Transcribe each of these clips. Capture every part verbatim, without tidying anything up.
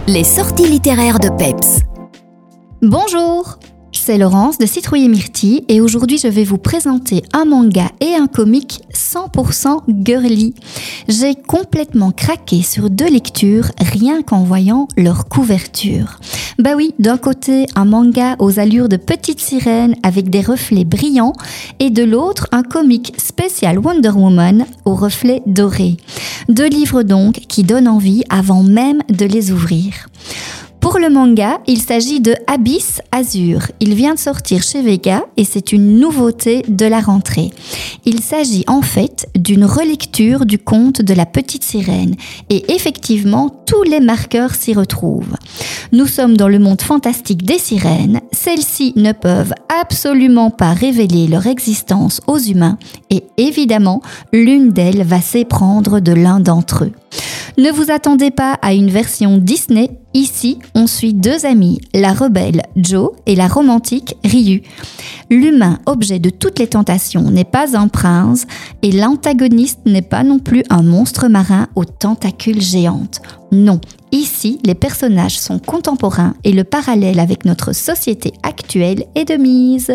Les sorties littéraires de Peps. Bonjour, c'est Laurence de Citrouille et Myrtille et aujourd'hui je vais vous présenter un manga et un comic cent pour cent girly. J'ai complètement craqué sur deux lectures rien qu'en voyant leur couverture. Bah oui, d'un côté un manga aux allures de petite sirène avec des reflets brillants et de l'autre un comic spécial Wonder Woman aux reflets dorés. Deux livres donc qui donnent envie avant même de les ouvrir. Pour le manga, il s'agit de Abyss Azur. Il vient de sortir chez Vega et c'est une nouveauté de la rentrée. Il s'agit en fait d'une relecture du conte de la petite sirène et effectivement tous les marqueurs s'y retrouvent. Nous sommes dans le monde fantastique des sirènes. Celles-ci ne peuvent absolument pas révéler leur existence aux humains et évidemment, l'une d'elles va s'éprendre de l'un d'entre eux. Ne vous attendez pas à une version Disney. Ici, on suit deux amis, la rebelle Jo et la romantique Ryu. L'humain, objet de toutes les tentations, n'est pas un prince et l'antagoniste n'est pas non plus un monstre marin aux tentacules géantes. Non, ici, les personnages sont contemporains et le parallèle avec notre société actuelle est de mise.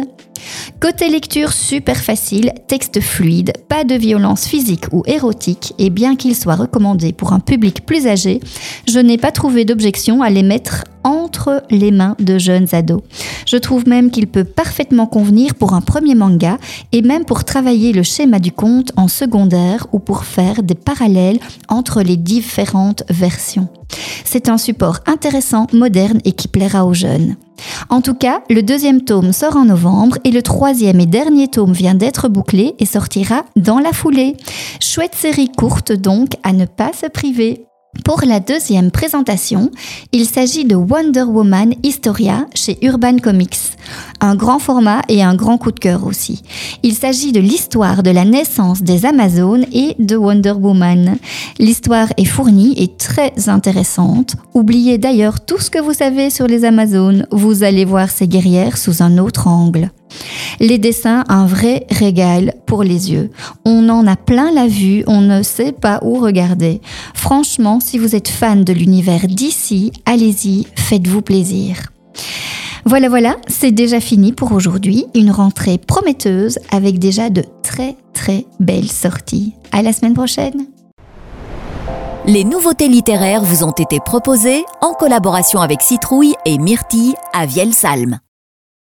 Côté lecture, super facile, texte fluide, pas de violence physique ou érotique et bien qu'il soit recommandé pour un public plus âgé, je n'ai pas trouvé d'objection à les mettre entre les mains de jeunes ados. Je trouve même qu'il peut parfaitement convenir pour un premier manga et même pour travailler le schéma du conte en secondaire ou pour faire des parallèles entre les différentes versions. C'est un support intéressant, moderne et qui plaira aux jeunes. En tout cas, le deuxième tome sort en novembre et le troisième et dernier tome vient d'être bouclé et sortira dans la foulée. Chouette série courte donc à ne pas se priver. Pour la deuxième présentation, il s'agit de Wonder Woman Historia chez Urban Comics. Un grand format et un grand coup de cœur aussi. Il s'agit de l'histoire de la naissance des Amazones et de Wonder Woman. L'histoire est fournie et très intéressante. Oubliez d'ailleurs tout ce que vous savez sur les Amazones. Vous allez voir ces guerrières sous un autre angle. Les dessins, un vrai régal pour les yeux. On en a plein la vue, on ne sait pas où regarder. Franchement, si vous êtes fan de l'univers D C, allez-y, faites-vous plaisir. Voilà, voilà, c'est déjà fini pour aujourd'hui. Une rentrée prometteuse avec déjà de très très belles sorties. À la semaine prochaine. Les nouveautés littéraires vous ont été proposées en collaboration avec Citrouille et Myrtille à Vielsalm.